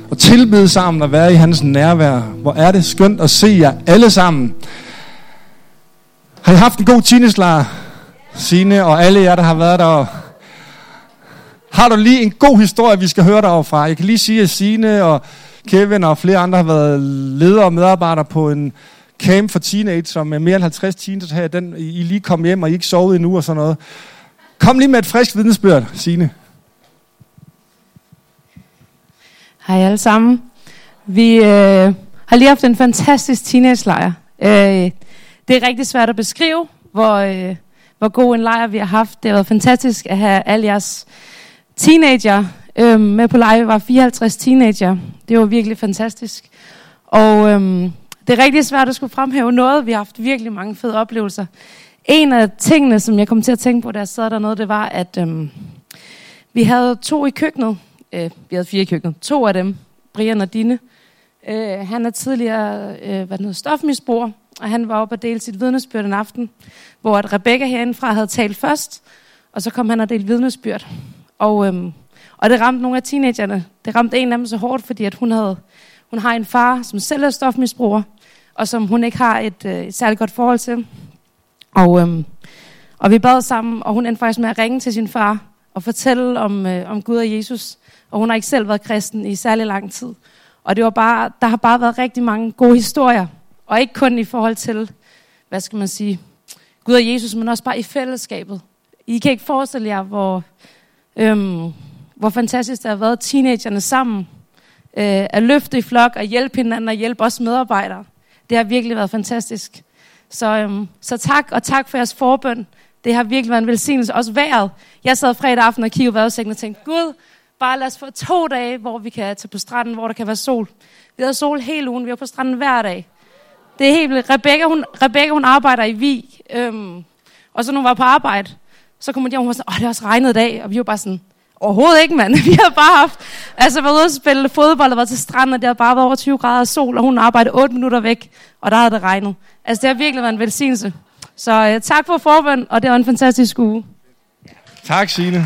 og tilbede sammen og være i hans nærvær. Hvor er det skønt at se jer alle sammen. Har I haft en god teenagelejr, Signe og alle jer, der har været der? Har du lige en god historie, vi skal høre derovre fra? Jeg kan lige sige, at Signe og Kevin og flere andre har været ledere og medarbejdere på en camp for teenager med mere end 50 teenager her. I lige kom hjem, og I ikke sovet endnu og sådan noget. Kom lige med et frisk vidnesbyrd, Signe. Hej alle sammen. Vi har lige haft en fantastisk teenagelejr. Det er rigtig svært at beskrive, hvor god en lejr vi har haft. Det har været fantastisk at have alle jeres teenager med på lejr. Vi var 54 teenager. Det var virkelig fantastisk. Og det er rigtig svært at skulle fremhæve noget. Vi har haft virkelig mange fede oplevelser. En af tingene, som jeg kom til at tænke på, da jeg sad dernede, det var, at vi havde 2 i køkkenet. Vi havde 4 i køkkenet. 2 af dem, Brian og Dine. Han er tidligere stofmisbruger, og han var oppe og dele sit vidnesbyrd en aften, hvor at Rebecca herindefra havde talt først, og så kom han og delte vidnesbyrd. Og det ramte nogle af teenagerne. Det ramte en af dem så hårdt, fordi at hun har en far, som selv er stofmisbruger, og som hun ikke har et særligt godt forhold til. Og vi bad sammen, og hun endte faktisk med at ringe til sin far og fortælle om Gud og Jesus. Og hun har ikke selv været kristen i særlig lang tid. Og det var der har bare været rigtig mange gode historier. Og ikke kun i forhold til, hvad skal man sige, Gud og Jesus, men også bare i fællesskabet. I kan ikke forestille jer, hvor fantastisk det har været teenagerne sammen. At løfte i flok og hjælpe hinanden og hjælpe os medarbejdere. Det har virkelig været fantastisk. Så tak, og tak for jeres forbøn. Det har virkelig været en velsignelse. Også vejret. Jeg sad fredag aften og kiggede vejrudsigten og tænkte, Gud, bare lad os få 2 dage, hvor vi kan tage på stranden, hvor der kan være sol. Vi havde sol hele ugen. Vi var på stranden hver dag. Det er helt vildt. Rebecca, hun arbejder i Vig. Og så når hun var på arbejde, så kom hun hjem, og hun var sådan, det har også regnet i dag. Og vi var bare sådan, overhovedet ikke, mand. Vi havde bare været ude og spille fodbold og været til stranden, og det havde bare været over 20 grader sol, og hun arbejdede 8 minutter væk, og der havde det regnet. Altså, det har virkelig været en velsignelse. Så tak for forbøn, og det var en fantastisk uge. Tak, Signe.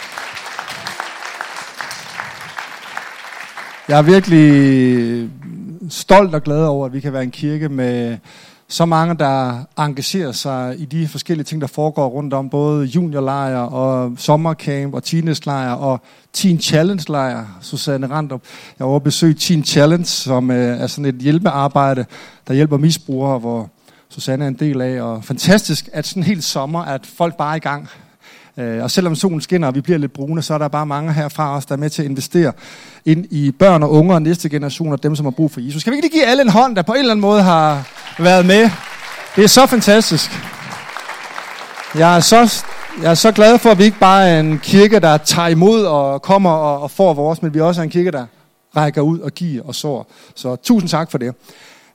Jeg er virkelig stolt og glad over, at vi kan være en kirke med så mange, der engagerer sig i de forskellige ting, der foregår rundt om. Både juniorlejr og sommercamp og teenagelejr og Teen Challenge-lejr. Susanne Randrup. Jeg var besøgt Teen Challenge, som er sådan et hjælpearbejde, der hjælper misbrugere, hvor Susanne er en del af. Og fantastisk, at sådan helt sommer, at folk bare er i gang. Og selvom solen skinner, og vi bliver lidt brune, så er der bare mange herfra os, der er med til at investere ind i børn og unge og næste generation og dem, som har brug for Jesus. Kan vi ikke give alle en hånd, der på en eller anden måde har været med? Det er så fantastisk. Jeg er så glad for, at vi ikke bare er en kirke, der tager imod og kommer og får vores, men vi også er en kirke, der rækker ud og giver og sår. Så tusind tak for det.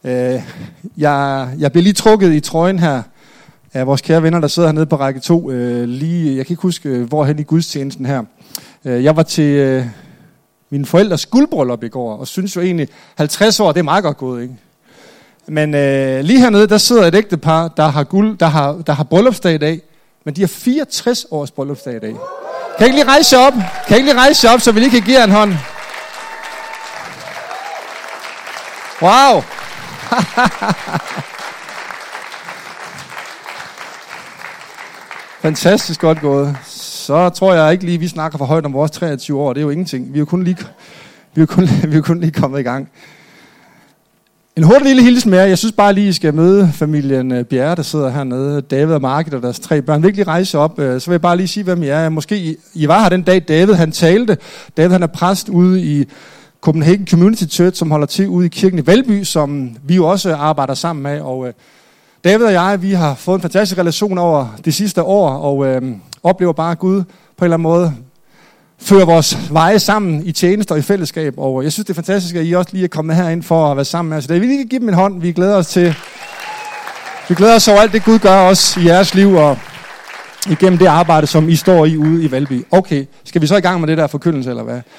Jeg bliver lige trukket i trøjen her af vores kære venner, der sidder hernede på række 2. Jeg kan ikke huske, hvorhen i gudstjenesten her. Jeg var til mine forældres guldbryllup i går, og synes jo egentlig, 50 år, det er meget godt gået, ikke? Men lige hernede, der sidder et ægtepar, der har bryllupsdag i dag, men de har 64 års bryllupsdag i dag. Kan I ikke lige rejse op? Kan I ikke lige rejse op, så vi lige kan give jer en hånd? Wow! Fantastisk godt gået. Så tror jeg ikke lige, vi snakker for højt om vores 23 år. Det er jo ingenting. Vi er jo kun lige kommet i gang. En hurtig lille hilsen med jer. Jeg synes bare lige, I skal møde familien Bjerre, der sidder hernede. David og Margit og deres 3 børn. Virkelig rejse op. Så vil jeg bare lige sige, hvem I er. Måske I var her den dag, David han talte. David han er præst ude i Copenhagen Community Church, som holder til ude i kirken i Valby, som vi jo også arbejder sammen med. Og David og jeg, vi har fået en fantastisk relation over de sidste år, og oplever bare, at Gud på en eller anden måde fører vores veje sammen i tjenester og i fællesskab. Og jeg synes, det er fantastisk, at I også lige er kommet herind for at være sammen med os. Vi vil give dem en hånd. Vi glæder os over alt det, Gud gør også i jeres liv, og igennem det arbejde, som I står i ude i Valby. Okay, skal vi så i gang med det der forkyndelse, eller hvad?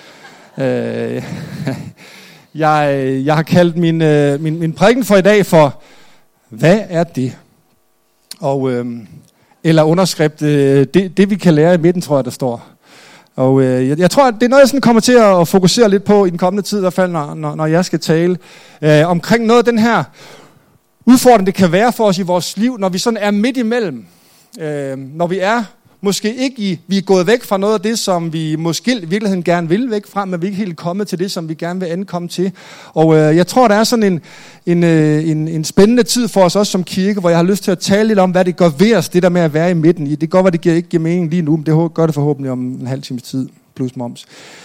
Jeg har kaldt min prædiken for i dag for, hvad er det? Og eller underskrift, det vi kan lære i midten, tror jeg, der står. Og jeg tror, at det er noget, jeg sådan kommer til at fokusere lidt på i den kommende tid, i hvert fald, når jeg skal tale omkring noget af den her udfordring, det kan være for os i vores liv, når vi sådan er midt imellem. Når vi er måske ikke vi er gået væk fra noget af det, som vi måske i virkeligheden gerne vil væk fra, men vi er ikke helt kommet til det, som vi gerne vil ankomme til. Og jeg tror, der er sådan en spændende tid for os også som kirke, hvor jeg har lyst til at tale lidt om, hvad det gør ved os, det der med at være i midten. Det kan godt være, det ikke giver mening lige nu, men det gør det forhåbentlig om en halv times tid, plus moms.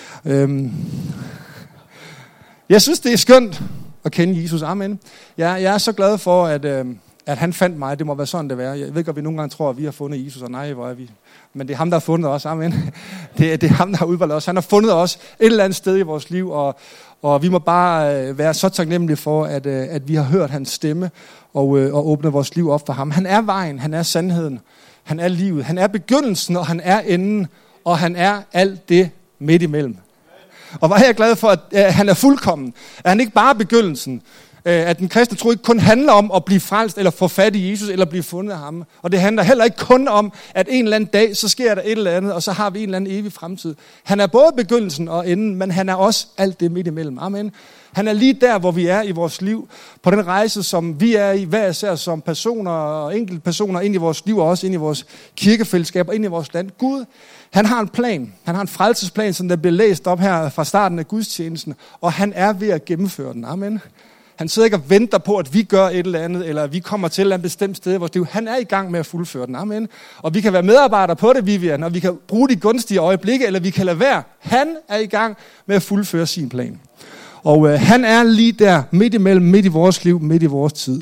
Jeg synes, det er skønt at kende Jesus. Amen. Jeg er så glad for, at han fandt mig. Det må være sådan, det være. Jeg ved ikke, om vi nogle gange tror, at vi har fundet Jesus, og nej, hvor er vi. Men det er ham, der har fundet os. Amen. Det er ham, der har udvalgt os. Han har fundet os et eller andet sted i vores liv, og vi må bare være så taknemmelige for, at vi har hørt hans stemme og åbnet vores liv op for ham. Han er vejen, han er sandheden, han er livet, han er begyndelsen, og han er enden, og han er alt det midt imellem. Og var jeg glad for, at han er fuldkommen. At han ikke bare er begyndelsen. At den kristne tro ikke kun handler om at blive frelst, eller få fat i Jesus, eller blive fundet af ham. Og det handler heller ikke kun om, at en eller anden dag, så sker der et eller andet, og så har vi en eller anden evig fremtid. Han er både begyndelsen og enden, men han er også alt det midt imellem. Amen. Han er lige der, hvor vi er i vores liv, på den rejse, som vi er i, hver især som personer og enkelte personer, ind i vores liv, og også ind i vores kirkefællesskab, og ind i vores land. Gud, han har en plan. Han har en frelsesplan, som der bliver læst op her fra starten af gudstjenesten, og han er ved at gennemføre den. Amen. Han sidder ikke og venter på, at vi gør et eller andet, eller vi kommer til et bestemt sted i vores liv. Han er i gang med at fuldføre den. Amen. Og vi kan være medarbejdere på det, Vivian, og vi kan bruge de gunstige øjeblikke, eller vi kan lade være. Han er i gang med at fuldføre sin plan. Og han er lige der, midt imellem, midt i vores liv, midt i vores tid.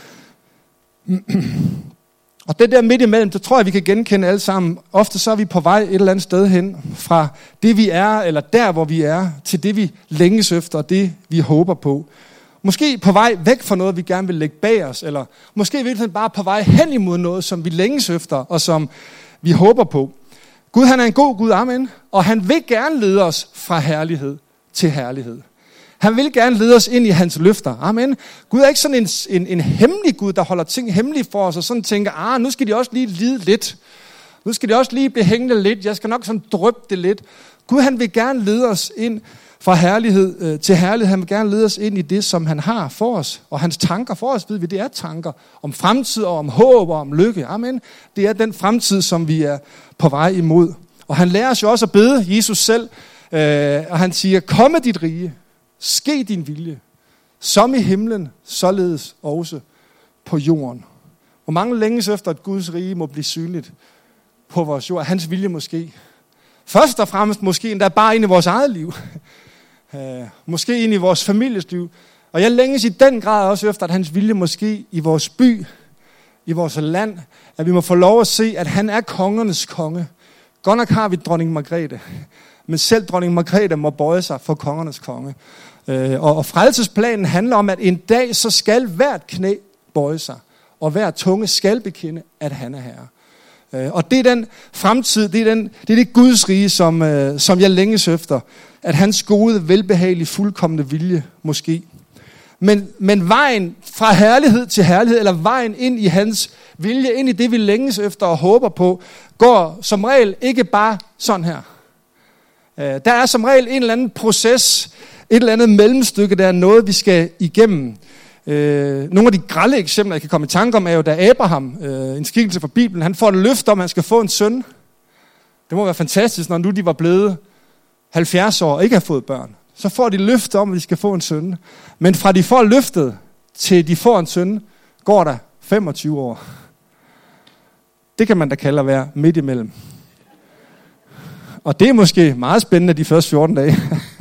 Og det der midt imellem, det tror jeg, vi kan genkende alle sammen. Ofte så er vi på vej et eller andet sted hen, fra det vi er, eller der hvor vi er, til det vi længes efter, og det vi håber på. Måske på vej væk fra noget, vi gerne vil lægge bag os, eller måske virkelig bare på vej hen imod noget, som vi længes efter, og som vi håber på. Gud, han er en god Gud, amen, og han vil gerne lede os fra herlighed til herlighed. Han vil gerne lede os ind i hans løfter, amen. Gud er ikke sådan en hemmelig Gud, der holder ting hemmelige for os, og sådan tænker, nu skal de også lige lide lidt. Nu skal de også lige blive hængende lidt, jeg skal nok sådan dryppe det lidt. Gud, han vil gerne lede os ind fra herlighed til herlighed. Han vil gerne lede os ind i det, som han har for os. Og hans tanker for os, ved vi, det er tanker om fremtid og om håb og om lykke. Amen. Det er den fremtid, som vi er på vej imod. Og han lærer os jo også at bede, Jesus selv. Og han siger, komme dit rige, ske din vilje, som i himlen, således også på jorden. Hvor mange længes efter, at Guds rige må blive synligt på vores jord. Hans vilje måske. Først og fremmest måske endda bare ind i vores eget liv. Måske ind i vores families liv. Og jeg længes i den grad også efter, at hans vilje måske i vores by, i vores land, at vi må få lov at se, at han er kongernes konge. Godt nok har vi dronning Margrethe, men selv dronning Margrethe må bøje sig for kongernes konge. Og frelsesplanen handler om, at en dag så skal hvert knæ bøje sig, og hver tunge skal bekende, at han er herre. Og det er den fremtid, det er det Guds rige, som jeg længes efter. At hans gode, velbehagelige, fuldkomne vilje måske. Men vejen fra herlighed til herlighed, eller vejen ind i hans vilje, ind i det vi længes efter og håber på, går som regel ikke bare sådan her. Der er som regel en eller anden proces, et eller andet mellemstykke, der er noget, vi skal igennem. Nogle af de grelle eksempler, jeg kan komme i tanke om, er jo, da Abraham, en skikkelse fra Bibelen, han får et løfte om, at han skal få en søn. Det må være fantastisk, når nu de var blevet 70 år og ikke har fået børn. Så får de løfte om, at de skal få en søn. Men fra de får løftet, til de får en søn, går der 25 år. Det kan man da kalde at være midt imellem. Og det er måske meget spændende de første 14 dage.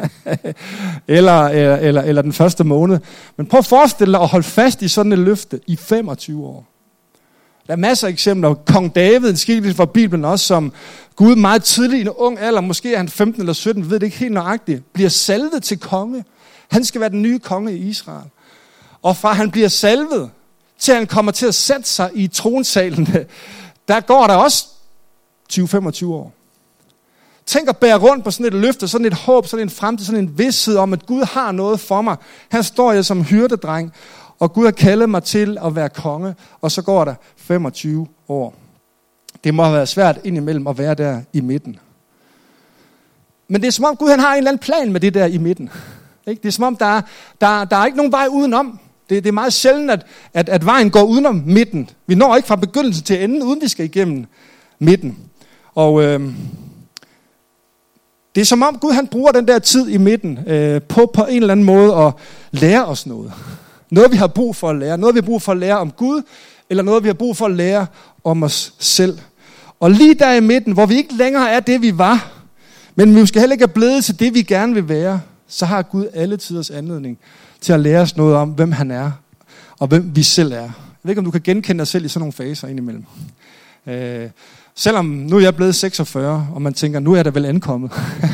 eller den første måned. Men prøv at forestille dig at holde fast i sådan et løfte i 25 år. Der er masser af eksempler. Kong David, en skikkelse fra Bibelen også, som Gud meget tidligt i en ung alder, måske er han 15 eller 17, ved det ikke helt nøjagtigt, bliver salvet til konge. Han skal være den nye konge i Israel. Og fra han bliver salvet, til han kommer til at sætte sig i tronsalen, der går der også 20-25 år. Tænk at bære rundt på sådan et løfte, sådan et håb, sådan en fremtid, sådan en vished om, at Gud har noget for mig. Her står jeg som hyrdedreng, og Gud har kaldet mig til at være konge, og så går der 25 år. Det må have været svært indimellem at være der i midten. Men det er som om Gud han har en eller anden plan med det der i midten. Ikke? Det er som om der er ikke nogen vej udenom. Det er meget sjældent, at vejen går udenom midten. Vi når ikke fra begyndelsen til enden, uden vi skal igennem midten. Og det er som om Gud han bruger den der tid i midten på en eller anden måde at lære os noget. Noget vi har brug for at lære. Noget vi har brug for at lære om Gud, eller noget vi har brug for at lære om os selv. Og lige der i midten, hvor vi ikke længere er det vi var, men vi måske heller ikke er blevet til det vi gerne vil være, så har Gud alle tiders anledning til at lære os noget om, hvem han er, og hvem vi selv er. Jeg ved ikke, om du kan genkende dig selv i sådan nogle faser indimellem. Selvom nu er jeg blevet 46, og man tænker, nu er der vel ankommet.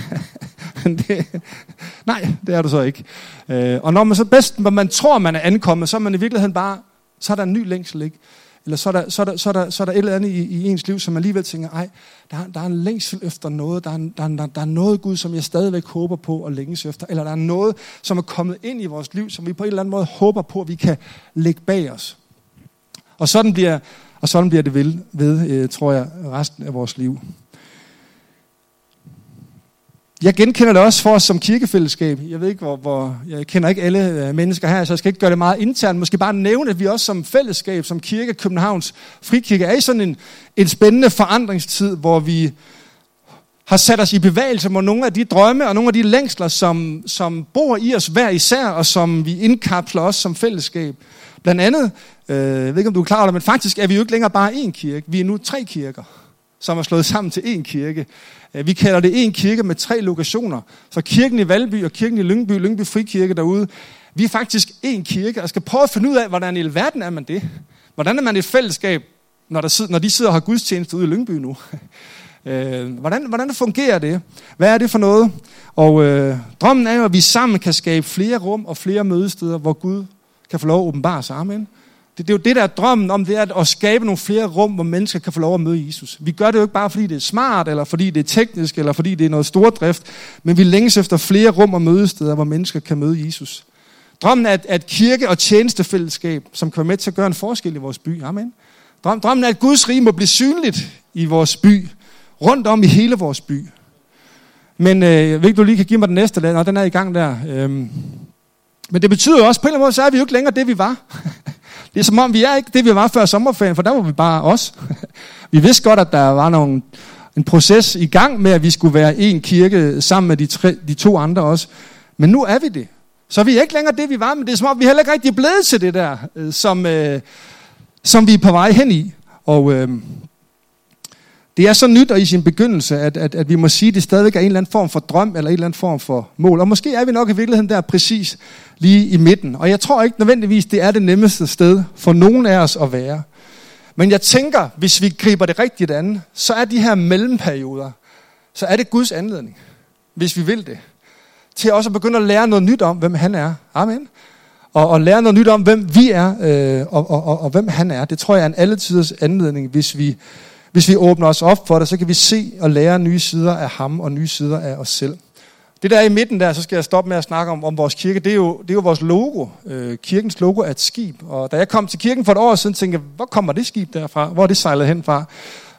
Nej, det er du så ikke. Og når man tror, man er ankommet, så er man i virkeligheden bare, så er der en ny længsel, ikke? Eller så er der et eller andet i ens liv, som man alligevel tænker, ej, der er en længsel efter noget, der er noget Gud, som jeg stadigvæk håber på at længes efter, eller der er noget, som er kommet ind i vores liv, som vi på en eller anden måde håber på, at vi kan lægge bag os. Og sådan bliver det ved, tror jeg, resten af vores liv. Jeg genkender det også for os som kirkefællesskab. Jeg ved ikke, jeg kender ikke alle mennesker her, så jeg skal ikke gøre det meget internt. Måske bare nævne, at vi også som fællesskab, som kirke, Københavns Frikirke, er i sådan en spændende forandringstid, hvor vi har sat os i bevægelse med nogle af de drømme og nogle af de længsler, som bor i os hver især, og som vi indkapsler os som fællesskab. Blandt andet, jeg ved ikke, om du er klar over det, men faktisk er vi jo ikke længere bare én kirke. Vi er nu 3 kirker, som er slået sammen til én kirke. Vi kalder det én kirke med 3 lokationer. Så kirken i Valby og kirken i Lyngby Frikirke derude. Vi er faktisk én kirke, og skal prøve at finde ud af, hvordan i alverden er man det. Hvordan er man et fællesskab, når de sidder og har gudstjeneste ude i Lyngby nu? Hvordan fungerer det? Hvad er det for noget? Og drømmen er jo, at vi sammen kan skabe flere rum og flere mødesteder, hvor Gud kan få lov at åbenbare sig. Amen. Det er jo det, der er drømmen om, det er at skabe nogle flere rum, hvor mennesker kan få lov at møde Jesus. Vi gør det jo ikke bare, fordi det er smart, eller fordi det er teknisk, eller fordi det er noget stordrift, men vi længes efter flere rum og mødesteder, hvor mennesker kan møde Jesus. Drømmen er et kirke- og tjenestefællesskab, som kan være med til at gøre en forskel i vores by. Amen. Drømmen er, at Guds rige må blive synligt i vores by, rundt om i hele vores by. Men jeg ved ikke, du lige kan give mig den næste, når den er i gang der. Men det betyder jo også, på en eller anden måde, så er vi jo ikke længere det, vi var. Det er som om, vi er ikke det, vi var før sommerferien, for der var vi bare os. Vi vidste godt, at der var en proces i gang med, at vi skulle være en kirke sammen med de 2 andre også. Men nu er vi det. Så vi er ikke længere det, vi var, men det er som om, vi heller ikke rigtig er blevet til det der, som vi er på vej hen i. Og det er så nyt og i sin begyndelse, at vi må sige, at det stadigvæk er en eller anden form for drøm, eller en eller anden form for mål. Og måske er vi nok i virkeligheden der præcis lige i midten. Og jeg tror ikke nødvendigvis, det er det nemmeste sted for nogen af os at være. Men jeg tænker, hvis vi griber det rigtigt an, så er de her mellemperioder, så er det Guds anledning, hvis vi vil det, til også at begynde at lære noget nyt om, hvem han er. Amen. Og lære noget nyt om, hvem vi er, og hvem han er. Det tror jeg er en alletiders anledning, hvis vi åbner os op for det, så kan vi se og lære nye sider af ham og nye sider af os selv. Det der er i midten der, så skal jeg stoppe med at snakke om vores kirke. Det er jo vores logo. Kirkens logo er et skib. Og da jeg kom til kirken for et år siden, tænkte jeg, hvor kommer det skib derfra? Hvor er det sejlet hen fra?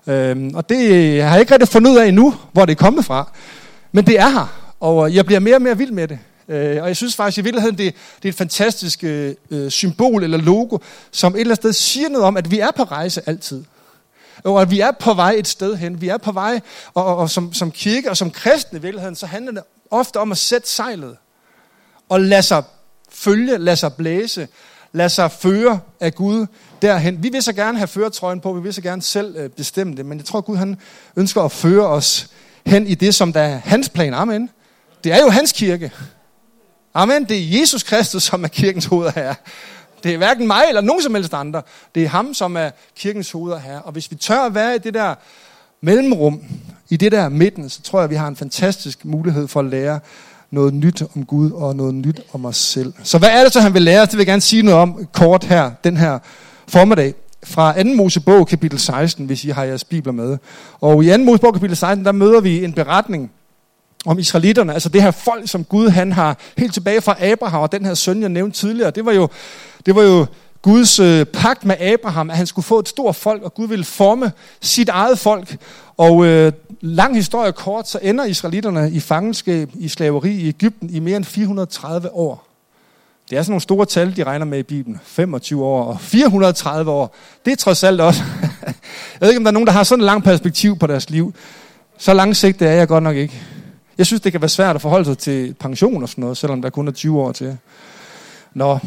Og det har jeg ikke rigtig fundet ud af endnu, hvor det er kommet fra. Men det er her, og jeg bliver mere og mere vild med det. Og jeg synes faktisk i virkeligheden, det er et fantastisk symbol eller logo, som et eller andet sted siger noget om, at vi er på rejse altid. Og at vi er på vej et sted hen. Vi er på vej, og som kirke og som kristne i virkeligheden, så handler det ofte om at sætte sejlet. Og lade sig følge, lade sig blæse, lade sig føre af Gud derhen. Vi vil så gerne have førertrøjen på, vi vil så gerne selv bestemme det, men jeg tror Gud han ønsker at føre os hen i det, som der er hans plan. Amen. Det er jo hans kirke. Amen. Det er Jesus Kristus, som er kirkens hovedherre. Det er hverken mig eller nogen som helst andre. Det er ham, som er kirkens hovedherre. Og hvis vi tør at være i det der mellemrum, i det der midten, så tror jeg, at vi har en fantastisk mulighed for at lære noget nyt om Gud og noget nyt om os selv. Så hvad er det så, han vil lære os? Det vil jeg gerne sige noget om kort her, den her formiddag. Fra 2. Mosebog, kapitel 16, hvis I har jeres bibler med. Og i 2. Mosebog, kapitel 16, der møder vi en beretning om israelitterne, altså det her folk, som Gud han har helt tilbage fra Abraham og den her søn, jeg nævnte tidligere. Det var jo Guds pagt med Abraham, at han skulle få et stort folk, og Gud ville forme sit eget folk. Og lang historie kort, så ender israelitterne i fangenskab, i slaveri i Egypten i mere end 430 år. Det er sådan nogle store tal, de regner med i Bibelen. 25 år og 430 år. Det er trods alt også. Jeg ved ikke, om der er nogen, der har sådan et langt perspektiv på deres liv. Så langsigtet er jeg godt nok ikke. Jeg synes, det kan være svært at forholde sig til pension og sådan noget, selvom der kun er 20 år til. Nå.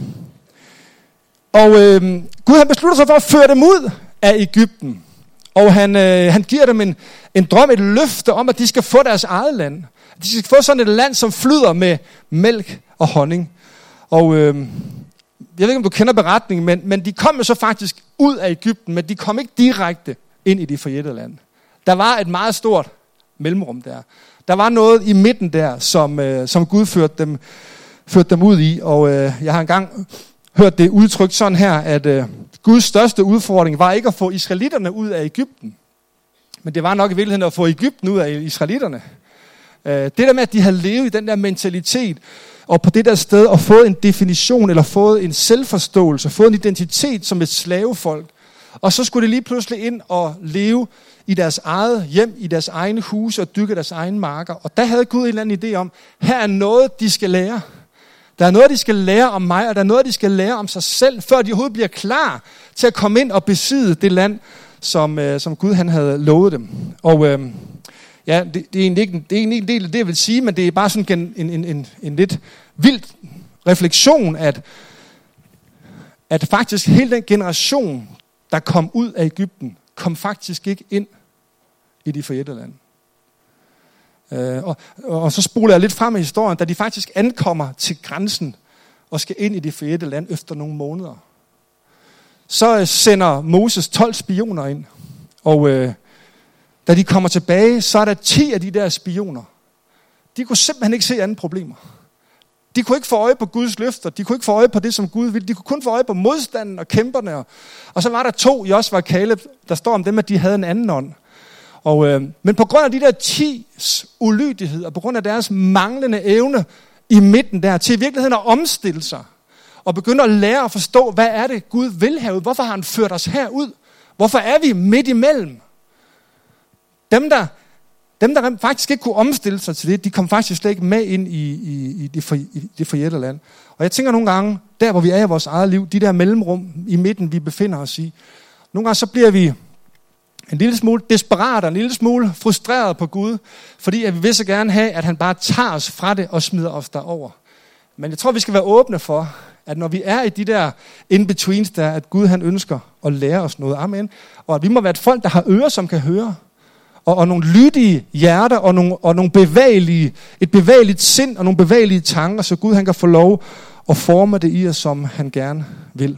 Og Gud han beslutter sig for at føre dem ud af Egypten. Og han giver dem en drøm, et løfte om, at de skal få deres eget land. De skal få sådan et land, som flyder med mælk og honning. Og jeg ved ikke, om du kender beretningen, men de kom jo så faktisk ud af Egypten, men de kom ikke direkte ind i det forjættede land. Der var et meget stort mellemrum der. Der var noget i midten der, som Gud førte dem ud i. Og jeg har engang hørt det udtrykt sådan her, at Guds største udfordring var ikke at få israelitterne ud af Egypten. Men det var nok i virkeligheden at få Egypten ud af israelitterne. Det der med, at de havde levet i den der mentalitet, og på det der sted, og fået en definition, eller fået en selvforståelse, fået en identitet som et slavefolk. Og så skulle de lige pludselig ind og leve i deres eget hjem, i deres egne huse, og dyrke deres egne marker. Og der havde Gud en eller anden idé om, her er noget, de skal lære. Der er noget, de skal lære om mig, og der er noget, de skal lære om sig selv, før de overhovedet bliver klar til at komme ind og besidde det land, som Gud han havde lovet dem. Og ja, det er egentlig ikke en del af det, jeg vil sige, men det er bare sådan en lidt vild refleksion, at faktisk hele den generation, der kom ud af Egypten, kom faktisk ikke ind i de forjættede land. Og så spoler jeg lidt frem i historien, da de faktisk ankommer til grænsen og skal ind i det forjættede land efter nogle måneder. Så sender Moses 12 spioner ind, og da de kommer tilbage, så er der 10 af de der spioner. De kunne simpelthen ikke se andre problemer. De kunne ikke få øje på Guds løfter, de kunne ikke få øje på det, som Gud ville. De kunne kun få øje på modstanden og kæmperne. Og så var der 2, Josva og Kaleb, der står om dem, at de havde en anden ånd. Men på grund af de der 10's ulydighed, og på grund af deres manglende evne i midten der, til i virkeligheden at omstille sig, og begynde at lære at forstå, hvad er det Gud vil have ud? Hvorfor har han ført os herud? Hvorfor er vi midt imellem? Dem, der faktisk ikke kunne omstille sig til det, de kom faktisk slet ikke med ind i det forjættede land. Og jeg tænker nogle gange, der hvor vi er i vores eget liv, de der mellemrum i midten, vi befinder os i, nogle gange så bliver vi en lille smule desperat og en lille smule frustreret på Gud, fordi at vi vil så gerne have, at han bare tager os fra det og smider os derover. Men jeg tror, vi skal være åbne for, at når vi er i de der in-betweens der, at Gud han ønsker at lære os noget. Amen. Og at vi må være et folk, der har ører, som kan høre. Og nogle lydige hjerter, og nogle bevægelige, et bevægeligt sind, og nogle bevægelige tanker, så Gud han kan få lov at forme det i os, som han gerne vil.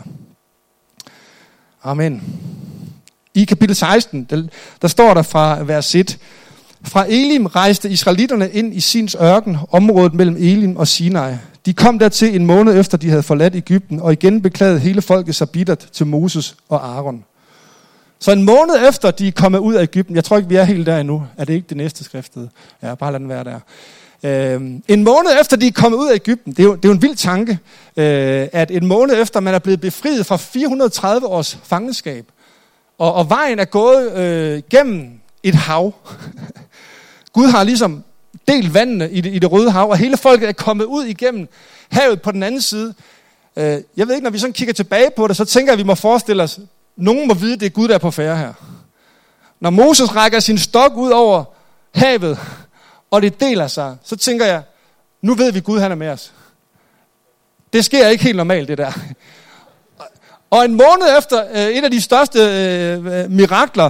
Amen. I kapitel 16, der står der fra vers 1, fra Elim rejste israelitterne ind i Sins ørken, området mellem Elim og Sinai. De kom dertil en måned efter, de havde forladt Egypten, og igen beklagede hele folket sig bittert til Moses og Aaron. Så en måned efter, de er kommet ud af Egypten, jeg tror ikke, vi er helt der endnu, er det ikke det næste skriftet? Ja, bare lad den være der. En måned efter, de er kommet ud af Egypten, det er jo en vild tanke, at en måned efter, man er blevet befriet fra 430 års fangenskab, og vejen er gået gennem et hav. Gud har ligesom delt vandene i det røde hav, og hele folket er kommet ud igennem havet på den anden side. Jeg ved ikke, når vi sådan kigger tilbage på det, så tænker jeg, at vi må forestille os, nogen må vide, at det er Gud, der er på færde her. Når Moses rækker sin stok ud over havet, og det deler sig, så tænker jeg, nu ved vi, at Gud han er med os. Det sker ikke helt normalt, det der. Og en måned efter et af de største mirakler,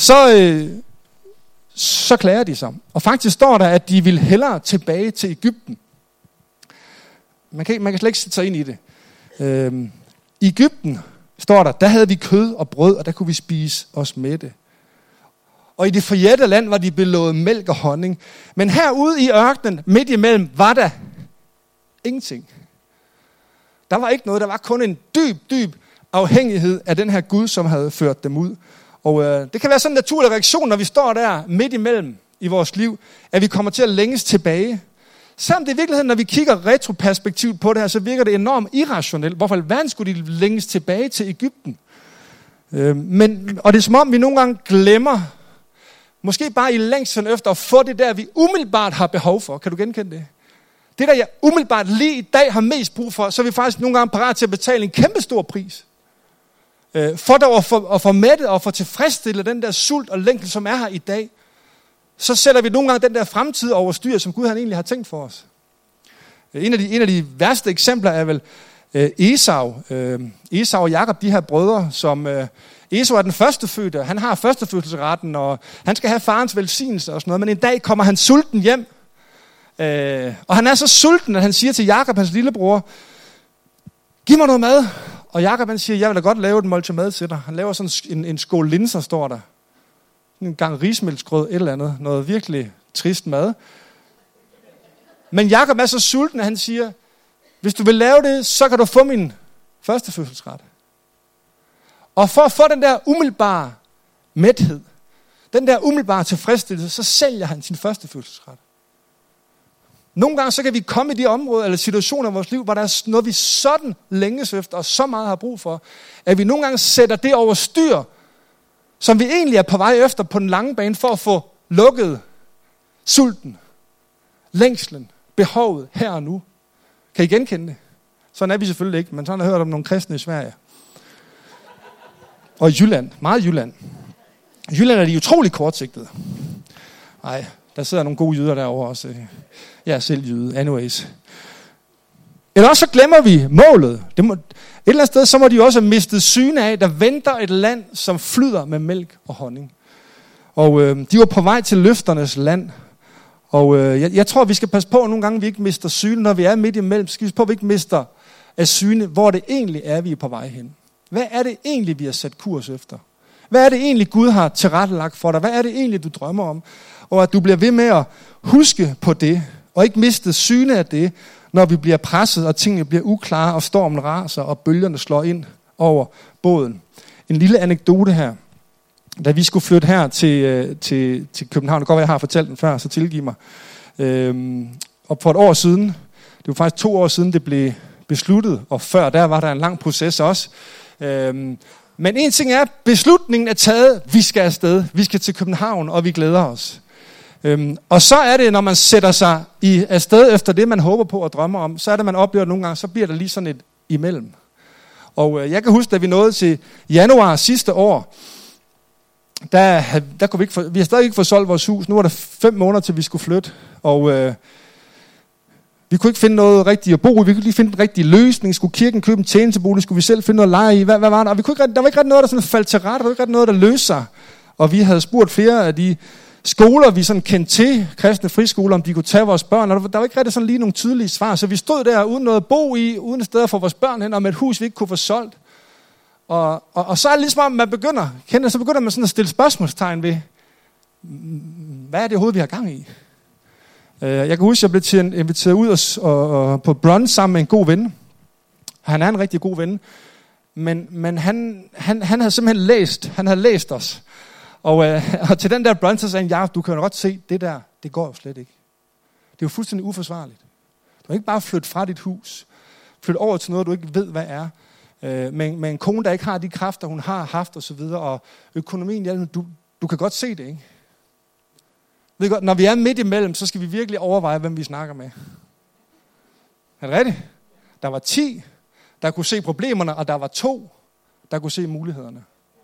så klager de sig. Og faktisk står der, at de vil hellere tilbage til Egypten. Man kan slet ikke sætte sig ind i det. I Egypten, står der havde vi kød og brød, og der kunne vi spise os mætte. Og i det forjættede land var de belået mælk og honning. Men herude i ørkenen, midt imellem, var der ingenting. Der var ikke noget, der var kun en dyb afhængighed af den her Gud, som havde ført dem ud. Og det kan være sådan en naturlig reaktion, når vi står der midt imellem i vores liv, at vi kommer til at længes tilbage selvom det i virkeligheden, når vi kigger retroperspektivt på det her, så virker det enormt irrationelt. Hvorfor i verden skulle de længes tilbage til Egypten? Og det er som om, vi nogle gange glemmer, måske bare i længslen efter at få det der, vi umiddelbart har behov for. Kan du genkende det? Det der, jeg umiddelbart lige i dag har mest brug for, så er vi faktisk nogle gange parat til at betale en kæmpe stor pris. For dog at få mættet og få tilfredsstillet den der sult og længsel, som er her i dag, så sætter vi nogle gange den der fremtid over styr, som Gud han egentlig har tænkt for os. En af de værste eksempler er vel Esau. Esau og Jakob, de her brødre, som Esau er den førstefødte. Han har førstefødselsretten, og han skal have farens velsignelse og sådan noget. Men en dag kommer han sulten hjem. Og han er så sulten, at han siger til Jakob, hans lillebror, giv mig noget mad. Og Jakob han siger, jeg vil da godt lave et måltid mad til dig. Han laver sådan en skål linser, står der. En gang rismælksgrød, et eller andet. Noget virkelig trist mad. Men Jakob er så sulten, at han siger, hvis du vil lave det, så kan du få min førstefødselsret. Og for at få den der umiddelbare mæthed, den der umiddelbare tilfredsstillelse, så sælger han sin førstefødselsret. Nogle gange så kan vi komme i de områder eller situationer i vores liv, hvor der er noget, vi sådan længes efter og så meget har brug for, at vi nogle gange sætter det over styr, som vi egentlig er på vej efter på den lange bane, for at få lukket sulten, længslen, behovet her og nu. Kan I genkende det? Sådan er vi selvfølgelig ikke, men sådan har jeg hørt om nogle kristne i Sverige. Og i Jylland, meget Jylland. I Jylland er de utrolig kortsigtede. Nej, der sidder nogle gode jyder derovre også. Jeg er selv jyde, anyways. Eller også så glemmer vi målet. Et eller andet sted, så må de også have mistet syne af, der venter et land, som flyder med mælk og honning. Og de var på vej til løfternes land. Og jeg tror, vi skal passe på, at nogle gange vi ikke mister syne. Når vi er midt imellem, skal vi passe på, at vi ikke mister af syne, hvor det egentlig er, vi er på vej hen. Hvad er det egentlig, vi har sat kurs efter? Hvad er det egentlig, Gud har tilrettelagt for dig? Hvad er det egentlig, du drømmer om? Og at du bliver ved med at huske på det, og ikke miste syne af det, når vi bliver presset, og tingene bliver uklare, og stormen raser, og bølgerne slår ind over båden. En lille anekdote her. Da vi skulle flytte her til København, det går, jeg har fortalt den før, så tilgiv mig. Og for et år siden, det var faktisk 2 år siden, det blev besluttet, og før der var der en lang proces også. Men en ting er, beslutningen er taget, vi skal afsted, vi skal til København, og vi glæder os. Og så er det, når man sætter sig afsted efter det, man håber på og drømmer om, så er det, man oplever nogle gange, så bliver der lige sådan et imellem. Og jeg kan huske, da vi nåede til januar sidste år, der kunne vi har stadig ikke fået solgt vores hus. Nu var der 5 måneder, til vi skulle flytte, og vi kunne ikke finde noget rigtigt at bo i. Vi kunne ikke lige finde en rigtig løsning. Skulle kirken købe en tjenestebolig? Skulle vi selv finde noget leje i? Hvad var det? Og der var ikke rigtig noget, der sådan faldt til rette. Der var ikke rigtig noget, der løste sig. Og vi havde spurgt flere af de skoler, vi sådan kendte til, kristne friskoler, om de kunne tage vores børn. Og der var ikke rigtig sådan lige nogle tydelige svar. Så vi stod der uden noget at bo i, uden et sted at få vores børn hen, og med et hus, vi ikke kunne få solgt. Og så er det ligesom, at man så begynder man sådan at stille spørgsmålstegn ved, hvad er det overhovedet, vi har gang i? Jeg kan huske, at jeg blev inviteret ud og på brunch sammen med en god ven. Han er en rigtig god ven. Men han havde simpelthen læst os. Og til den der brunch, så sagde han, ja, du kan jo godt se, det der, det går jo slet ikke. Det er jo fuldstændig uforsvarligt. Du kan ikke bare flytte fra dit hus. Flytte over til noget, du ikke ved, hvad er. Med en kone, der ikke har de kræfter, hun har haft og så videre. Og økonomien, ja, du kan godt se det, ikke? Ved godt, når vi er midt imellem, så skal vi virkelig overveje, hvem vi snakker med. Er det rigtigt? Der var 10, der kunne se problemerne, og der var 2, der kunne se mulighederne.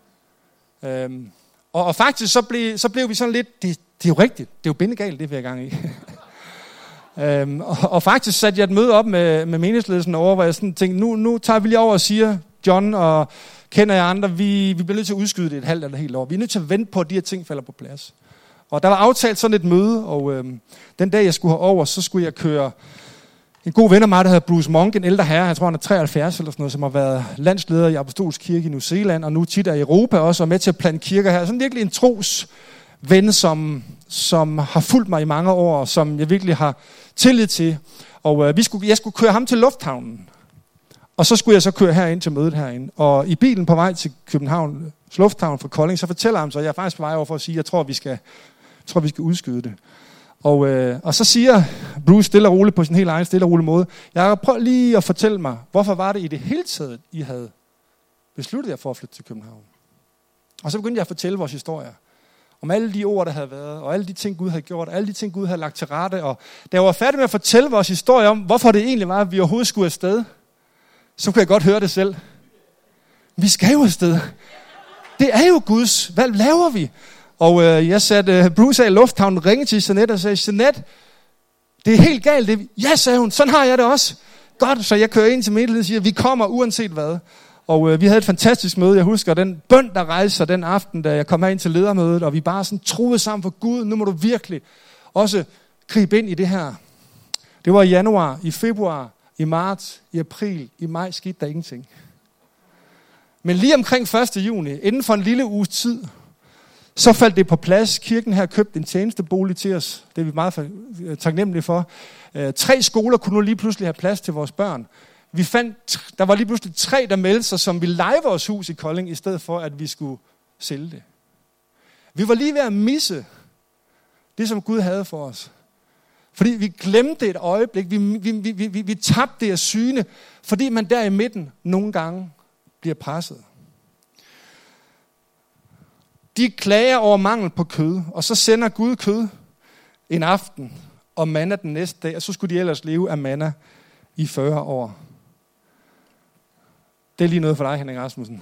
Og faktisk så blev vi sådan lidt, det er jo rigtigt, det er jo bindegalt, det vi er i gang i. Og faktisk satte jeg et møde op med menighedsledelsen over, hvor jeg sådan tænkte, nu tager vi lige over og siger, John og kender jeg andre, vi bliver nødt til at udskyde det et halvt eller helt år. Vi er nødt til at vente på, at de her ting falder på plads. Og der var aftalt sådan et møde, og den dag jeg skulle herover, så skulle jeg køre en god ven af mig, der hedder Bruce Monk, en ældre herre, jeg tror han er 73 eller sådan noget, som har været landsleder i Apostolsk Kirke i New Zealand, og nu tit er i Europa også, og med til at plante kirker her. Sådan virkelig en trosven, som har fulgt mig i mange år, og som jeg virkelig har tillid til. Og jeg skulle køre ham til lufthavnen, og så skulle jeg så køre herind til mødet herinde. Og i bilen på vej til København lufthavn fra Kolding, så fortæller han så, at jeg er faktisk på vej over for at sige, at jeg tror, vi skal udskyde det. Og så siger Bruce stille og roligt på sin helt egen stille og rolig måde, jeg prøv lige at fortælle mig, hvorfor var det i det hele taget, I havde besluttet jer for at flytte til København? Og så begyndte jeg at fortælle vores historie. Om alle de ord, der havde været, og alle de ting, Gud havde gjort, og alle de ting, Gud havde lagt til rette. Og da jeg var færdig med at fortælle vores historie om, hvorfor det egentlig var, at vi overhovedet skulle afsted, så kunne jeg godt høre det selv. Vi skal jo afsted. Det er jo Guds. Hvad laver vi? Og jeg satte Bruce af i lufthavnen, ringede til Jeanette og sagde, Jeanette, det er helt galt. Det. Ja, sagde hun, sådan har jeg det også. Godt, så jeg kører ind til menigheden og siger, vi kommer uanset hvad. Og vi havde et fantastisk møde. Jeg husker den bøn, der rejste sig den aften, da jeg kom ind til ledermødet, og vi bare sådan troede sammen for Gud, nu må du virkelig også gribe ind i det her. Det var i januar, i februar, i marts, i april, i maj skete der ingenting. Men lige omkring 1. juni, inden for en lille uges tid, så faldt det på plads. Kirken her købte en tjenestebolig til os. Det er vi meget taknemmelige for. 3 skoler kunne nu lige pludselig have plads til vores børn. Vi fandt, der var lige pludselig 3, der meldte sig, som ville leje vores hus i Kolding, i stedet for, at vi skulle sælge det. Vi var lige ved at misse det, som Gud havde for os. Fordi vi glemte et øjeblik. Vi tabte det af syne, fordi man der i midten nogle gange bliver presset. De klager over mangel på kød, og så sender Gud kød en aften, og manna den næste dag, og så skulle de ellers leve af manna i 40 år. Det er lige noget for dig, Henrik Rasmussen.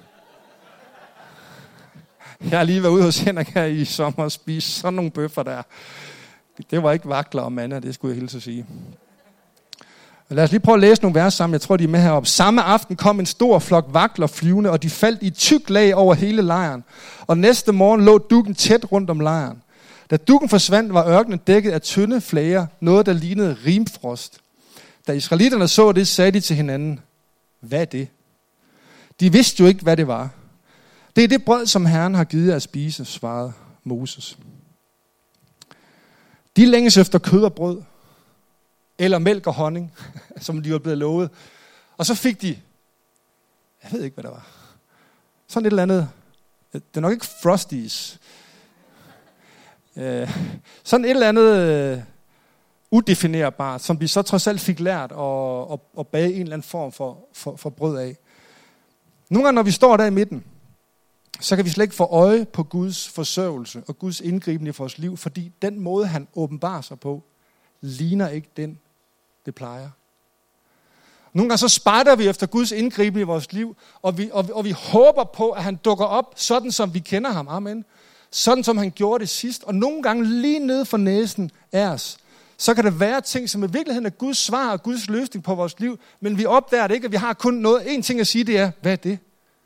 Jeg har lige været ude hos Henrik her i sommer og spise sådan nogle bøffer der. Det var ikke vakler og manna, det skulle jeg hilse at sige. Lad os lige prøve at læse nogle vers sammen. Jeg tror, de er med heroppe. Samme aften kom en stor flok vakler flyvende, og de faldt i tyk lag over hele lejren. Og næste morgen lå dukken tæt rundt om lejren. Da dukken forsvandt, var ørkenen dækket af tynde flager, noget der lignede rimfrost. Da israelitterne så det, sagde de til hinanden, hvad er det? De vidste jo ikke, hvad det var. Det er det brød, som Herren har givet jer at spise, svarede Moses. De længes efter kød og brød, eller mælk og honning, som de var blevet lovet. Og så fik de, jeg ved ikke, hvad der var, sådan et eller andet, det er nok ikke Frosties, sådan et eller andet udefinerbart, som de så trods alt fik lært at bage en eller anden form for brød af. Nogle gange, når vi står der i midten, så kan vi slet ikke få øje på Guds forsørgelse og Guds indgriben i vores liv, fordi den måde, han åbenbarer sig på, ligner ikke den, det plejer. Nogle gange så spejder vi efter Guds indgriben i vores liv, og vi håber på, at han dukker op, sådan som vi kender ham. Amen. Sådan som han gjorde det sidst. Og nogle gange lige nede for næsen af os, så kan der være ting, som i virkeligheden er Guds svar og Guds løsning på vores liv, men vi opdager det ikke, og vi har kun én ting at sige, det er, hvad er det?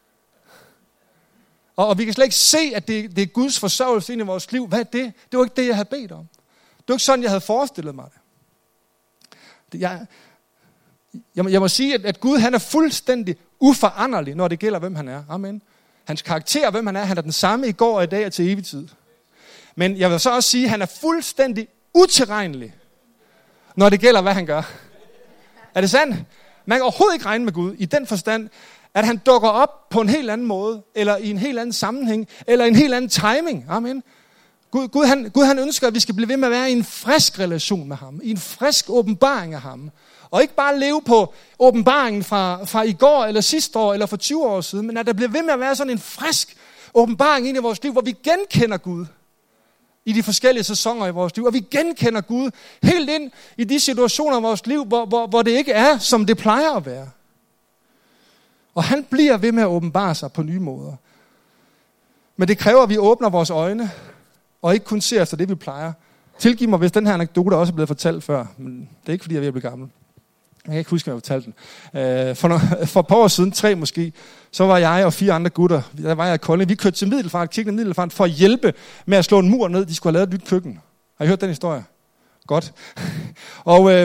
Og vi kan slet ikke se, at det er Guds forsørgelse ind i vores liv. Hvad er det? Det var ikke det, jeg havde bedt om. Det var ikke sådan, jeg havde forestillet mig det. Jeg må sige, at Gud han er fuldstændig uforanderlig, når det gælder, hvem han er. Amen. Hans karakter, hvem han er den samme i går og i dag og til evig tid. Men jeg vil så også sige, at han er fuldstændig utilregnelig, når det gælder, hvad han gør. Er det sandt? Man kan overhovedet ikke regne med Gud i den forstand, at han dukker op på en helt anden måde, eller i en helt anden sammenhæng, eller i en helt anden timing. Amen. Gud han ønsker, at vi skal blive ved med at være i en frisk relation med ham, i en frisk åbenbaring af ham. Og ikke bare leve på åbenbaringen fra i går, eller sidste år, eller for 20 år siden, men at der bliver ved med at være sådan en frisk åbenbaring ind i vores liv, hvor vi genkender Gud i de forskellige sæsoner i vores liv, og vi genkender Gud helt ind i de situationer i vores liv, hvor det ikke er, som det plejer at være. Og han bliver ved med at åbenbare sig på nye måder. Men det kræver, at vi åbner vores øjne, og ikke kun ser efter det, vi plejer. Tilgiv mig, hvis den her anekdote også er blevet fortalt før, men det er ikke, fordi jeg er ved at blive gammel. Jeg kan ikke huske, at jeg fortalte den. For et par år siden, 3 måske, så var jeg og 4 andre gutter, der var jeg i Kolding. Vi kørte til Middelfart, kirken i Middelfart, for at hjælpe med at slå en mur ned. De skulle have lavet et nyt køkken. Har I hørt den historie? Godt. Og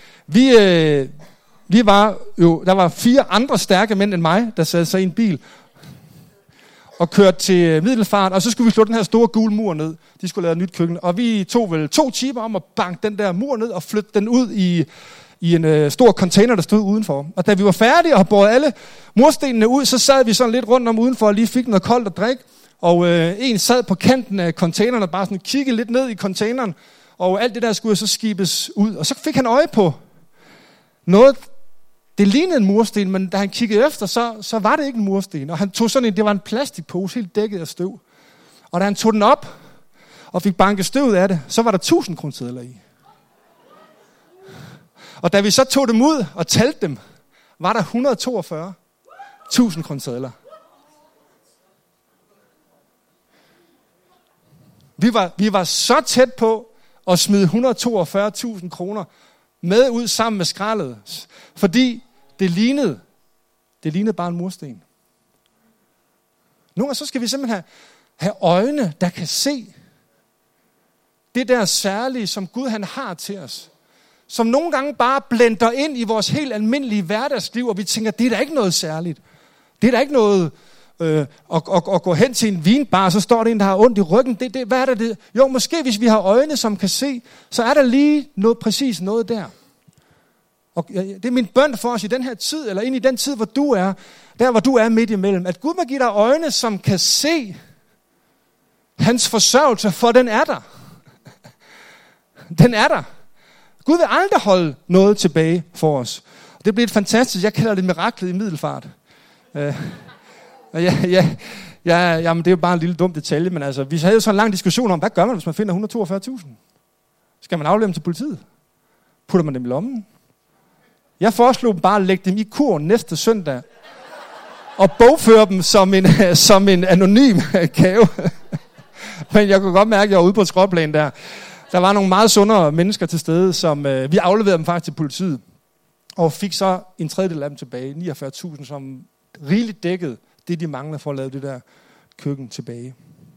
vi var jo, der var 4 andre stærke mænd end mig, der satte sig i en bil og kørte til Middelfart, og så skulle vi slå den her store gule mur ned. De skulle lave et nyt køkken, og vi tog vel 2 timer om at banke den der mur ned og flytte den ud i en stor container, der stod udenfor. Og da vi var færdige og havde båret alle murstenene ud, så sad vi sådan lidt rundt om udenfor og lige fik noget koldt at drikke. Og en sad på kanten af containeren og bare sådan kiggede lidt ned i containeren. Og alt det der skulle så skibes ud. Og så fik han øje på noget, det lignede en mursten, men da han kiggede efter, så var det ikke en mursten. Og han tog sådan en, det var en plastikpose, helt dækket af støv. Og da han tog den op, og fik banket støvet af det, så var der 1000 kronesedler i. Og da vi så tog dem ud og talte dem, var der 142.000 kronesedler. Vi var så tæt på at smide 142.000 kroner med ud sammen med skraldet, fordi det lignede bare en mursten. Nogle gange så skal vi simpelthen have øjne, der kan se det der særlige, som Gud han har til os. Som nogle gange bare blender ind i vores helt almindelige hverdagsliv, og vi tænker, det er da ikke noget særligt. Det er da ikke noget at gå hen til en vinbar, og så står der en, der har ondt i ryggen. Hvad er det? Jo, måske hvis vi har øjne, som kan se, så er der lige præcis noget der. Og det er min bøn for os i den her tid, eller ind i den tid, hvor du er, der hvor du er midt imellem, at Gud må give dig øjne, som kan se hans forsørgelse, for den er der. Den er der. Gud vil aldrig holde noget tilbage for os. Det bliver et fantastisk, jeg kalder det miraklet i Middelfart. Jamen, det er jo bare en lille dum detalje, men altså, vi havde jo sådan en lang diskussion om, hvad gør man, hvis man finder 142.000? Skal man aflevere dem til politiet? Putter man dem i lommen? Jeg foreslog dem bare at lægge dem i kurven næste søndag, og bogføre dem som en anonym gave. Men jeg kunne godt mærke, at jeg var ude på et skråplan der. Der var nogle meget sundere mennesker til stede, som vi afleverede dem faktisk til politiet, og fik så en tredjedel af dem tilbage, 49.000, som rigeligt dækkede det, de manglede for at lave det der køkken tilbage.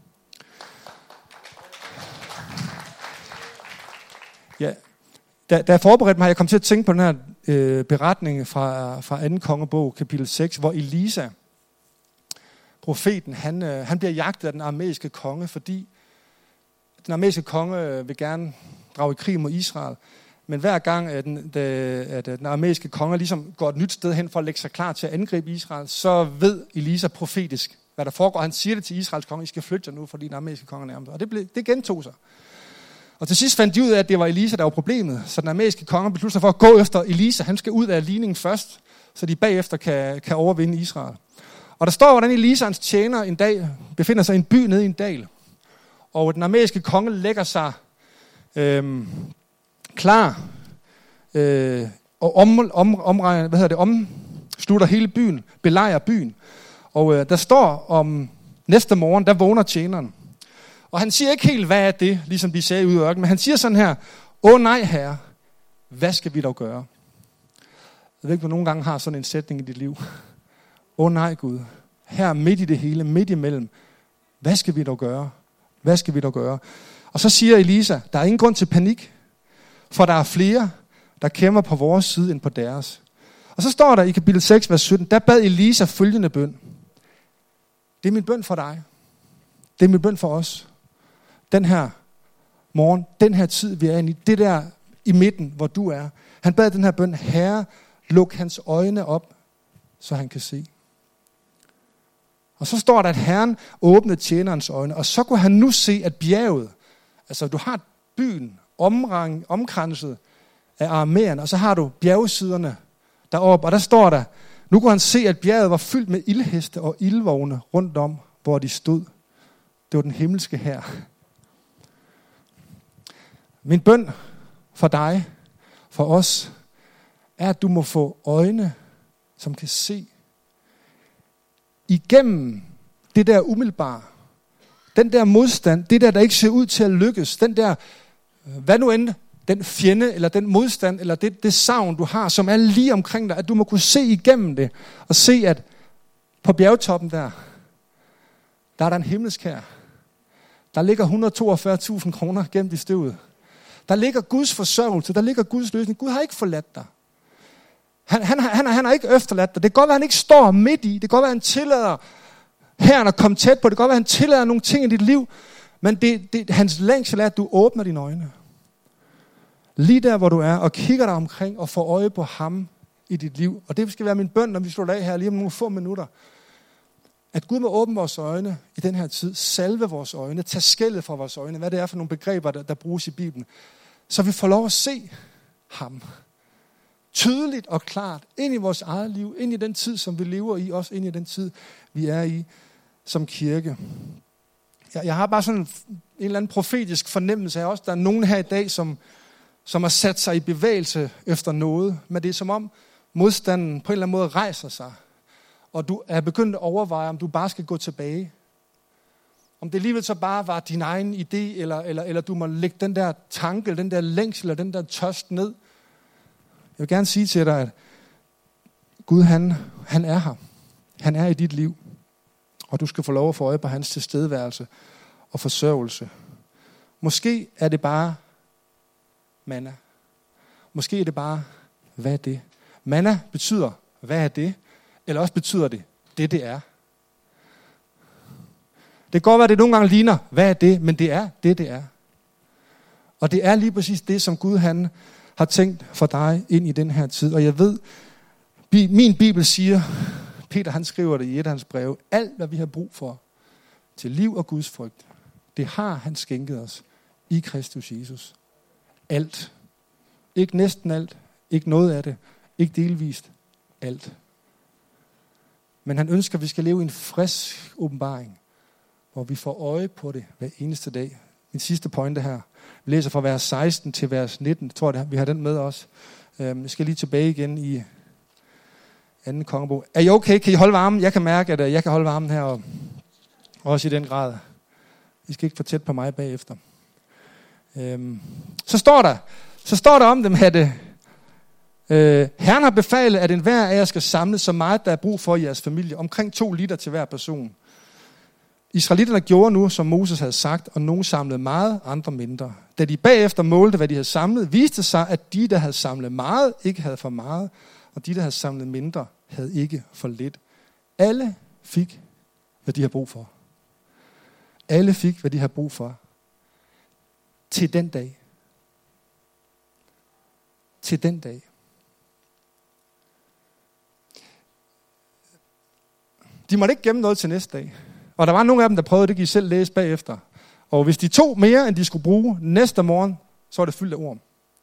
Ja, da jeg forberedte mig, jeg kom til at tænke på den her beretning fra 2. kongebog, kapitel 6, hvor Elisa, profeten, han bliver jagtet af den aramæiske konge, fordi den aramæiske konge vil gerne drage i krig mod Israel. Men hver gang, at den aramæiske konge ligesom går et nyt sted hen for at lægge sig klar til at angribe Israel, så ved Elisa profetisk, hvad der foregår. Han siger det til Israels konge, I skal flytte jer nu, fordi den aramæiske konge er nærmest. Og det gentog sig. Og til sidst fandt de ud af, at det var Elisa, der var problemet. Så den aramæiske konge besluttede sig for at gå efter Elisa. Han skal ud af ligningen først, så de bagefter kan overvinde Israel. Og der står, hvordan Elisas tjener en dag befinder sig i en by nede i en dal. Og den aramæiske konge lægger sig klar og omslutter hele byen, belejrer byen. Og der står om næste morgen, der vågner tjeneren. Og han siger ikke helt, hvad er det, ligesom de sagde ude i ørkenen, men han siger sådan her, nej herre, hvad skal vi dog gøre? Jeg ved ikke, hvor nogle gange har sådan en sætning i dit liv. Nej Gud, her midt i det hele, midt imellem, hvad skal vi dog gøre? Hvad skal vi dog gøre? Og så siger Elisa, der er ingen grund til panik, for der er flere, der kæmper på vores side end på deres. Og så står der i kapitel 6, vers 17, der bad Elisa følgende bøn. Det er min bøn for dig. Det er min bøn for os. Den her morgen, den her tid, vi er inde i, det der i midten, hvor du er. Han bad den her bøn, Herre, luk hans øjne op, så han kan se. Og så står der, at Herren åbnede tjenerens øjne, og så kunne han nu se, at bjerget, altså du har byen omkranset af aramæerne, og så har du bjergsiderne deroppe, og der står der, nu kunne han se, at bjerget var fyldt med ildheste og ildvogne rundt om, hvor de stod. Det var den himmelske hær. Min bøn for dig, for os, er, at du må få øjne, som kan se igennem det der umiddelbare, den der modstand, det der ikke ser ud til at lykkes, den der, hvad nu end, den fjende, eller den modstand, eller det savn, du har, som er lige omkring dig, at du må kunne se igennem det, og se, at på bjergtoppen der er der en himmelsk hær. Der ligger 142.000 kroner gemt i støvet. Der ligger Guds forsørgelse, der ligger Guds løsning. Gud har ikke forladt dig. Han har ikke efterladt dig. Det kan godt være, han ikke står midt i. Det kan godt være, han tillader herren at komme tæt på. Det kan godt være, han tillader nogle ting i dit liv. Men hans længsel er, at du åbner dine øjne. Lige der, hvor du er, og kigger dig omkring og får øje på ham i dit liv. Og det skal være min bøn, når vi slutter af her lige om nogle få minutter. At Gud må åbne vores øjne i den her tid, salve vores øjne, tage skældet fra vores øjne, hvad det er for nogle begreber, der bruges i Bibelen, så vi får lov at se ham tydeligt og klart ind i vores eget liv, ind i den tid, som vi lever i, også ind i den tid, vi er i som kirke. Jeg har bare sådan en eller anden profetisk fornemmelse af også, der er nogen her i dag, som har sat sig i bevægelse efter noget, men det er som om modstanden på en eller anden måde rejser sig, og du er begyndt at overveje, om du bare skal gå tilbage. Om det alligevel så bare var din egen idé, eller du må lægge den der tanke, eller den der længsel, eller den der tørst ned. Jeg vil gerne sige til dig, at Gud, han er her. Han er i dit liv. Og du skal få lov at få øje på hans tilstedeværelse og forsørgelse. Måske er det bare manna. Måske er det bare, hvad er det? Manna betyder, hvad er det? Eller også betyder det er. Det kan godt være, at det nogle gange ligner, hvad er det? Men det er det er. Og det er lige præcis det, som Gud han har tænkt for dig ind i den her tid. Og jeg ved, min Bibel siger, Peter han skriver det i et af hans breve, alt hvad vi har brug for til liv og Guds frygt, det har han skænket os i Kristus Jesus. Alt. Ikke næsten alt. Ikke noget af det. Ikke delvist. Alt. Men han ønsker, at vi skal leve i en frisk åbenbaring, hvor vi får øje på det hver eneste dag. Min sidste pointe her. Vi læser fra vers 16 til vers 19. Jeg tror, vi har den med også. Jeg skal lige tilbage igen i 2. kongebog. Er I okay? Kan I holde varmen? Jeg kan mærke, at jeg kan holde varmen her. Og også i den grad. I skal ikke for tæt på mig bagefter. Så står der om dem, at Herren har befalet, at enhver af jer skal samle så meget, der er brug for i jeres familie. Omkring 2 liter til hver person. Israelitterne gjorde nu, som Moses havde sagt, og nogen samlede meget, andre mindre. Da de bagefter målte, hvad de havde samlet, viste sig, at de, der havde samlet meget, ikke havde for meget, og de, der havde samlet mindre, havde ikke for lidt. Alle fik, hvad de havde brug for. Alle fik, hvad de havde brug for. Til den dag. Til den dag. De måtte ikke gemme noget til næste dag. Og der var nogle af dem, der prøvede, det kan I selv læse bagefter. Og hvis de tog mere, end de skulle bruge næste morgen, så var det fyldt af orm.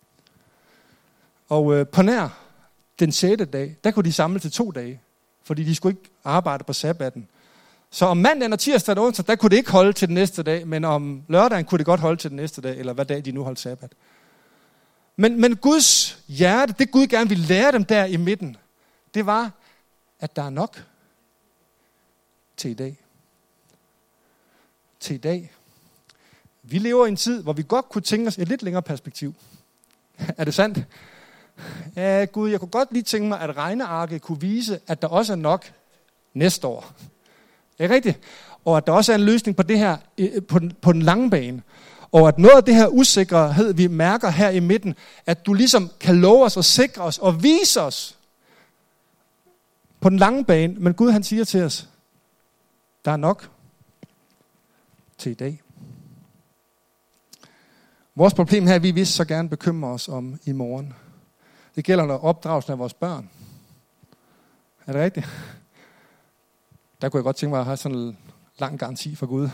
Og på nær den 6. dag, der kunne de samle til 2 dage. Fordi de skulle ikke arbejde på sabbaten. Så om mandagen og tirsdag og onsdag, der kunne det ikke holde til den næste dag. Men om lørdagen kunne det godt holde til den næste dag, eller hvad dag de nu holdt sabbat. Men Guds hjerte, det Gud gerne ville lære dem der i midten, det var, at der er nok til i dag. Til i dag. Vi lever i en tid, hvor vi godt kunne tænke os et lidt længere perspektiv. Er det sandt? Ja, Gud, jeg kunne godt lige tænke mig, at regnearket kunne vise, at der også er nok næste år. Er det rigtigt? Og at der også er en løsning på det her på den lange bane. Og at noget af det her usikkerhed, vi mærker her i midten, at du ligesom kan love os og sikre os og vise os på den lange bane. Men Gud han siger til os, der er nok til i dag. Vores problem her, vi vil så gerne bekymre os om i morgen. Det gælder når opdragelsen af vores børn. Er det rigtigt? Der kunne jeg godt tænke mig at have sådan en lang garanti for Gud.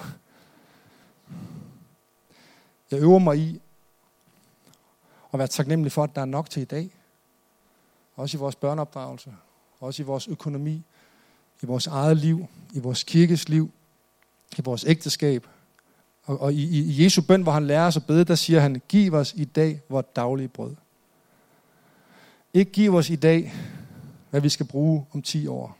Jeg øver mig i at være taknemmelig for, at der er nok til i dag. Også i vores børneopdragelse. Også i vores økonomi. I vores eget liv. I vores kirkes liv. I vores ægteskab. Og i Jesu bøn, hvor han lærer os at bede, der siger han, giv os i dag vort daglige brød. Ikke giv os i dag, hvad vi skal bruge om 10 år.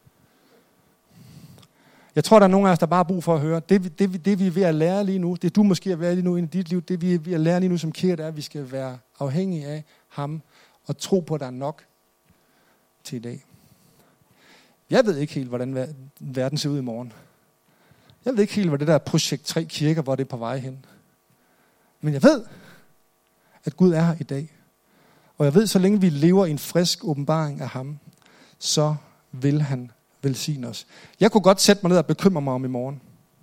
Jeg tror, der er nogle af os, der bare har brug for at høre, det vi er ved at lære lige nu, det du måske er ved lige nu i dit liv, det vi er ved at lære lige nu som kirke, det er, at vi skal være afhængige af ham og tro på, at der er nok til i dag. Jeg ved ikke helt, hvordan verden ser ud i morgen. Jeg ved ikke helt, hvad det der projekt 3 kirker, hvor det er på vej hen. Men jeg ved, at Gud er her i dag. Og jeg ved, så længe vi lever i en frisk åbenbaring af ham, så vil han velsigne os. Jeg kunne godt sætte mig ned og bekymre mig om i morgen.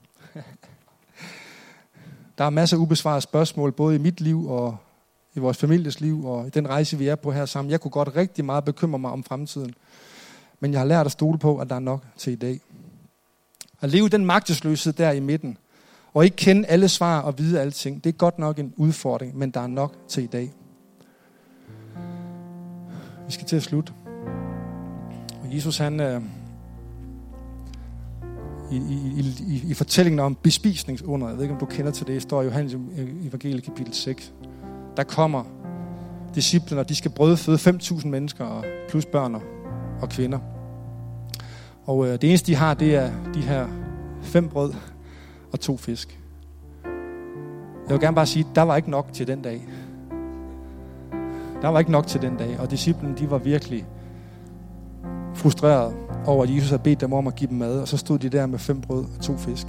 Der er masser af ubesvarede spørgsmål, både i mit liv og i vores families liv, og i den rejse, vi er på her sammen. Jeg kunne godt rigtig meget bekymre mig om fremtiden. Men jeg har lært at stole på, at der er nok til i dag. At leve den magtesløshed der i midten, og ikke kende alle svar og vide alting, det er godt nok en udfordring, men der er nok til i dag. Vi skal til at slutte. Og Jesus han i fortællingen om bespisningsunder, jeg ved ikke om du kender til det, står i Johannes evangeliet kapitel 6. Der kommer disciplene, og de skal brødføde 5.000 mennesker, og plus børn og kvinder. Og det eneste de har, det er de her 5 brød og 2 fisk. Jeg vil gerne bare sige, der var ikke nok til den dag. Der var ikke nok til den dag, og disciplene, de var virkelig frustrerede over, at Jesus havde bedt dem om at give dem mad, og så stod de der med 5 brød og 2 fisk.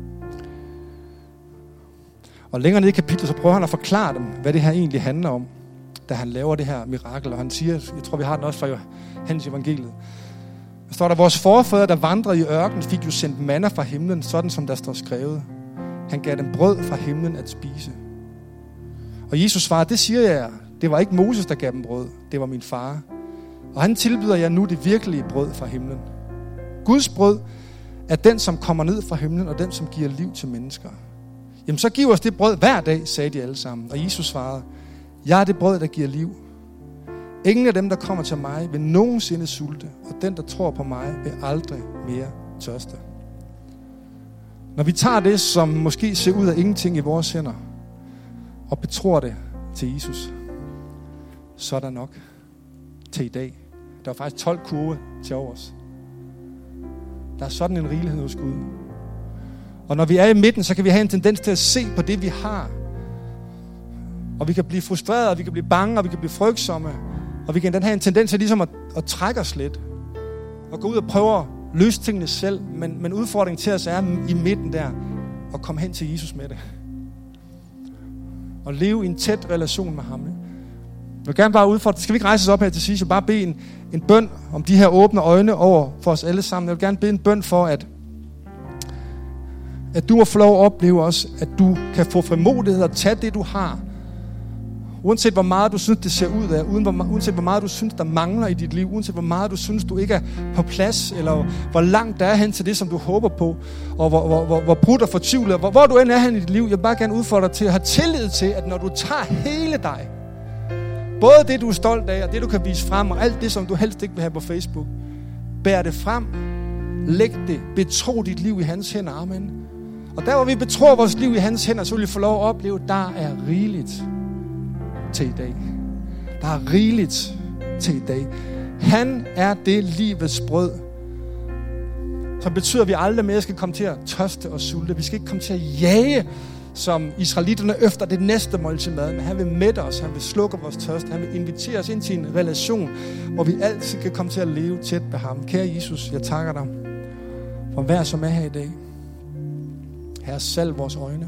Og længere nede i kapitlet, så prøver han at forklare dem, hvad det her egentlig handler om, da han laver det her mirakel. Og han siger, jeg tror vi har den også fra Johannes evangeliet. Der står der, vores forfædre, der vandrede i ørkenen, fik jo sendt manna fra himlen, sådan som der står skrevet. Han gav dem brød fra himlen at spise. Og Jesus svarede, det siger jeg, det var ikke Moses, der gav dem brød, det var min far. Og han tilbyder jer nu det virkelige brød fra himlen. Guds brød er den, som kommer ned fra himlen, og den, som giver liv til mennesker. Jamen så giv os det brød hver dag, sagde de alle sammen. Og Jesus svarede, jeg er det brød, der giver liv. Ingen af dem, der kommer til mig, vil nogensinde sulte, og den, der tror på mig, vil aldrig mere tørste. Når vi tager det, som måske ser ud af ingenting i vores hænder, og betror det til Jesus, så er der nok til i dag. Der er faktisk 12 kurve til overs. Der er sådan en rigelighed hos Gud. Og når vi er i midten, så kan vi have en tendens til at se på det, vi har. Og vi kan blive frustrerede, og vi kan blive bange, og vi kan blive frygtsomme. Og vi kan have en tendens til ligesom at trække os lidt. Og gå ud og prøve at løse tingene selv. Men udfordringen til os er i midten der, at komme hen til Jesus med det. Og leve i en tæt relation med ham. Jeg vil gerne bare udfordre, skal vi ikke rejse os op her til sidst og bare bede en bøn om de her åbne øjne over for os alle sammen. Jeg vil gerne bede en bøn for, at du må få lov at opleve også, at du kan få frimodighed og tage det, du har. Uanset hvor meget du synes, det ser ud af, uanset hvor meget du synes, der mangler i dit liv, uanset hvor meget du synes, du ikke er på plads, eller hvor langt der er hen til det, som du håber på, og hvor brudt og fortvivlet, hvor du end er hen i dit liv. Jeg vil bare gerne udfordre dig til at have tillid til, at når du tager hele dig, både det, du er stolt af, og det, du kan vise frem, og alt det, som du helst ikke vil have på Facebook, bær det frem, læg det, betro dit liv i hans hænder. Amen. Og der, hvor vi betror vores liv i hans hænder, så vil vi få lov at opleve, at der er rigeligt til i dag. Der er rigeligt til i dag. Han er det livets brød, som betyder, at vi aldrig mere skal komme til at tørste og sulte. Vi skal ikke komme til at jage, som israelitterne efter det næste måltid mad. Men han vil mætte os, han vil slukke vores tørst, han vil invitere os ind til en relation, hvor vi altid kan komme til at leve tæt ved ham. Kære Jesus, jeg takker dig for hver som er her i dag. Herre, salv vores øjne.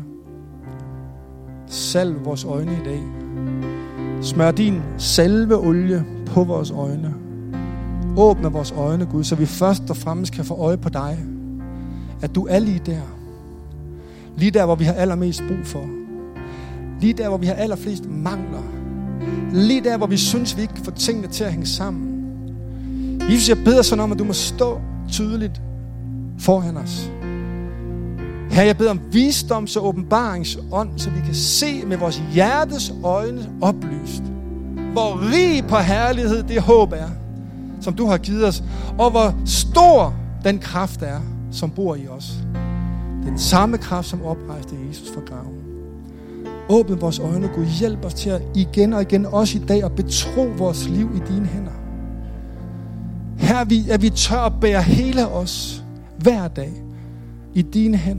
Salv vores øjne i dag. Smør din salveolie på vores øjne. Åbner vores øjne, Gud, så vi først og fremmest kan få øje på dig. At du er lige der. Lige der, hvor vi har allermest brug for. Lige der, hvor vi har allerflest mangler. Lige der, hvor vi synes, vi ikke får tingene til at hænge sammen. Jesus, jeg beder sådan om, at du må stå tydeligt foran os. Herre, jeg beder om visdoms- og åbenbaringsånd, så vi kan se med vores hjertes øjne oplyst, hvor rig på herlighed det håb er, som du har givet os, og hvor stor den kraft er, som bor i os. Den samme kraft, som oprejste Jesus fra graven. Åbn vores øjne, Gud. Hjælp os til at igen og igen, også i dag, at betro vores liv i dine hænder. Her er vi tør at bære hele os hver dag i dine hænder.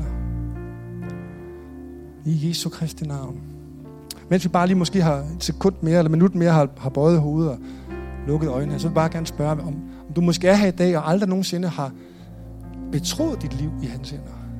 I Jesu Kristi navn. Mens vi bare lige måske har et sekund mere, eller minut mere, har bøjet hovedet og lukket øjnene, så vil jeg bare gerne spørge, om du måske er her i dag, og aldrig nogensinde har betroet dit liv i hans hænder.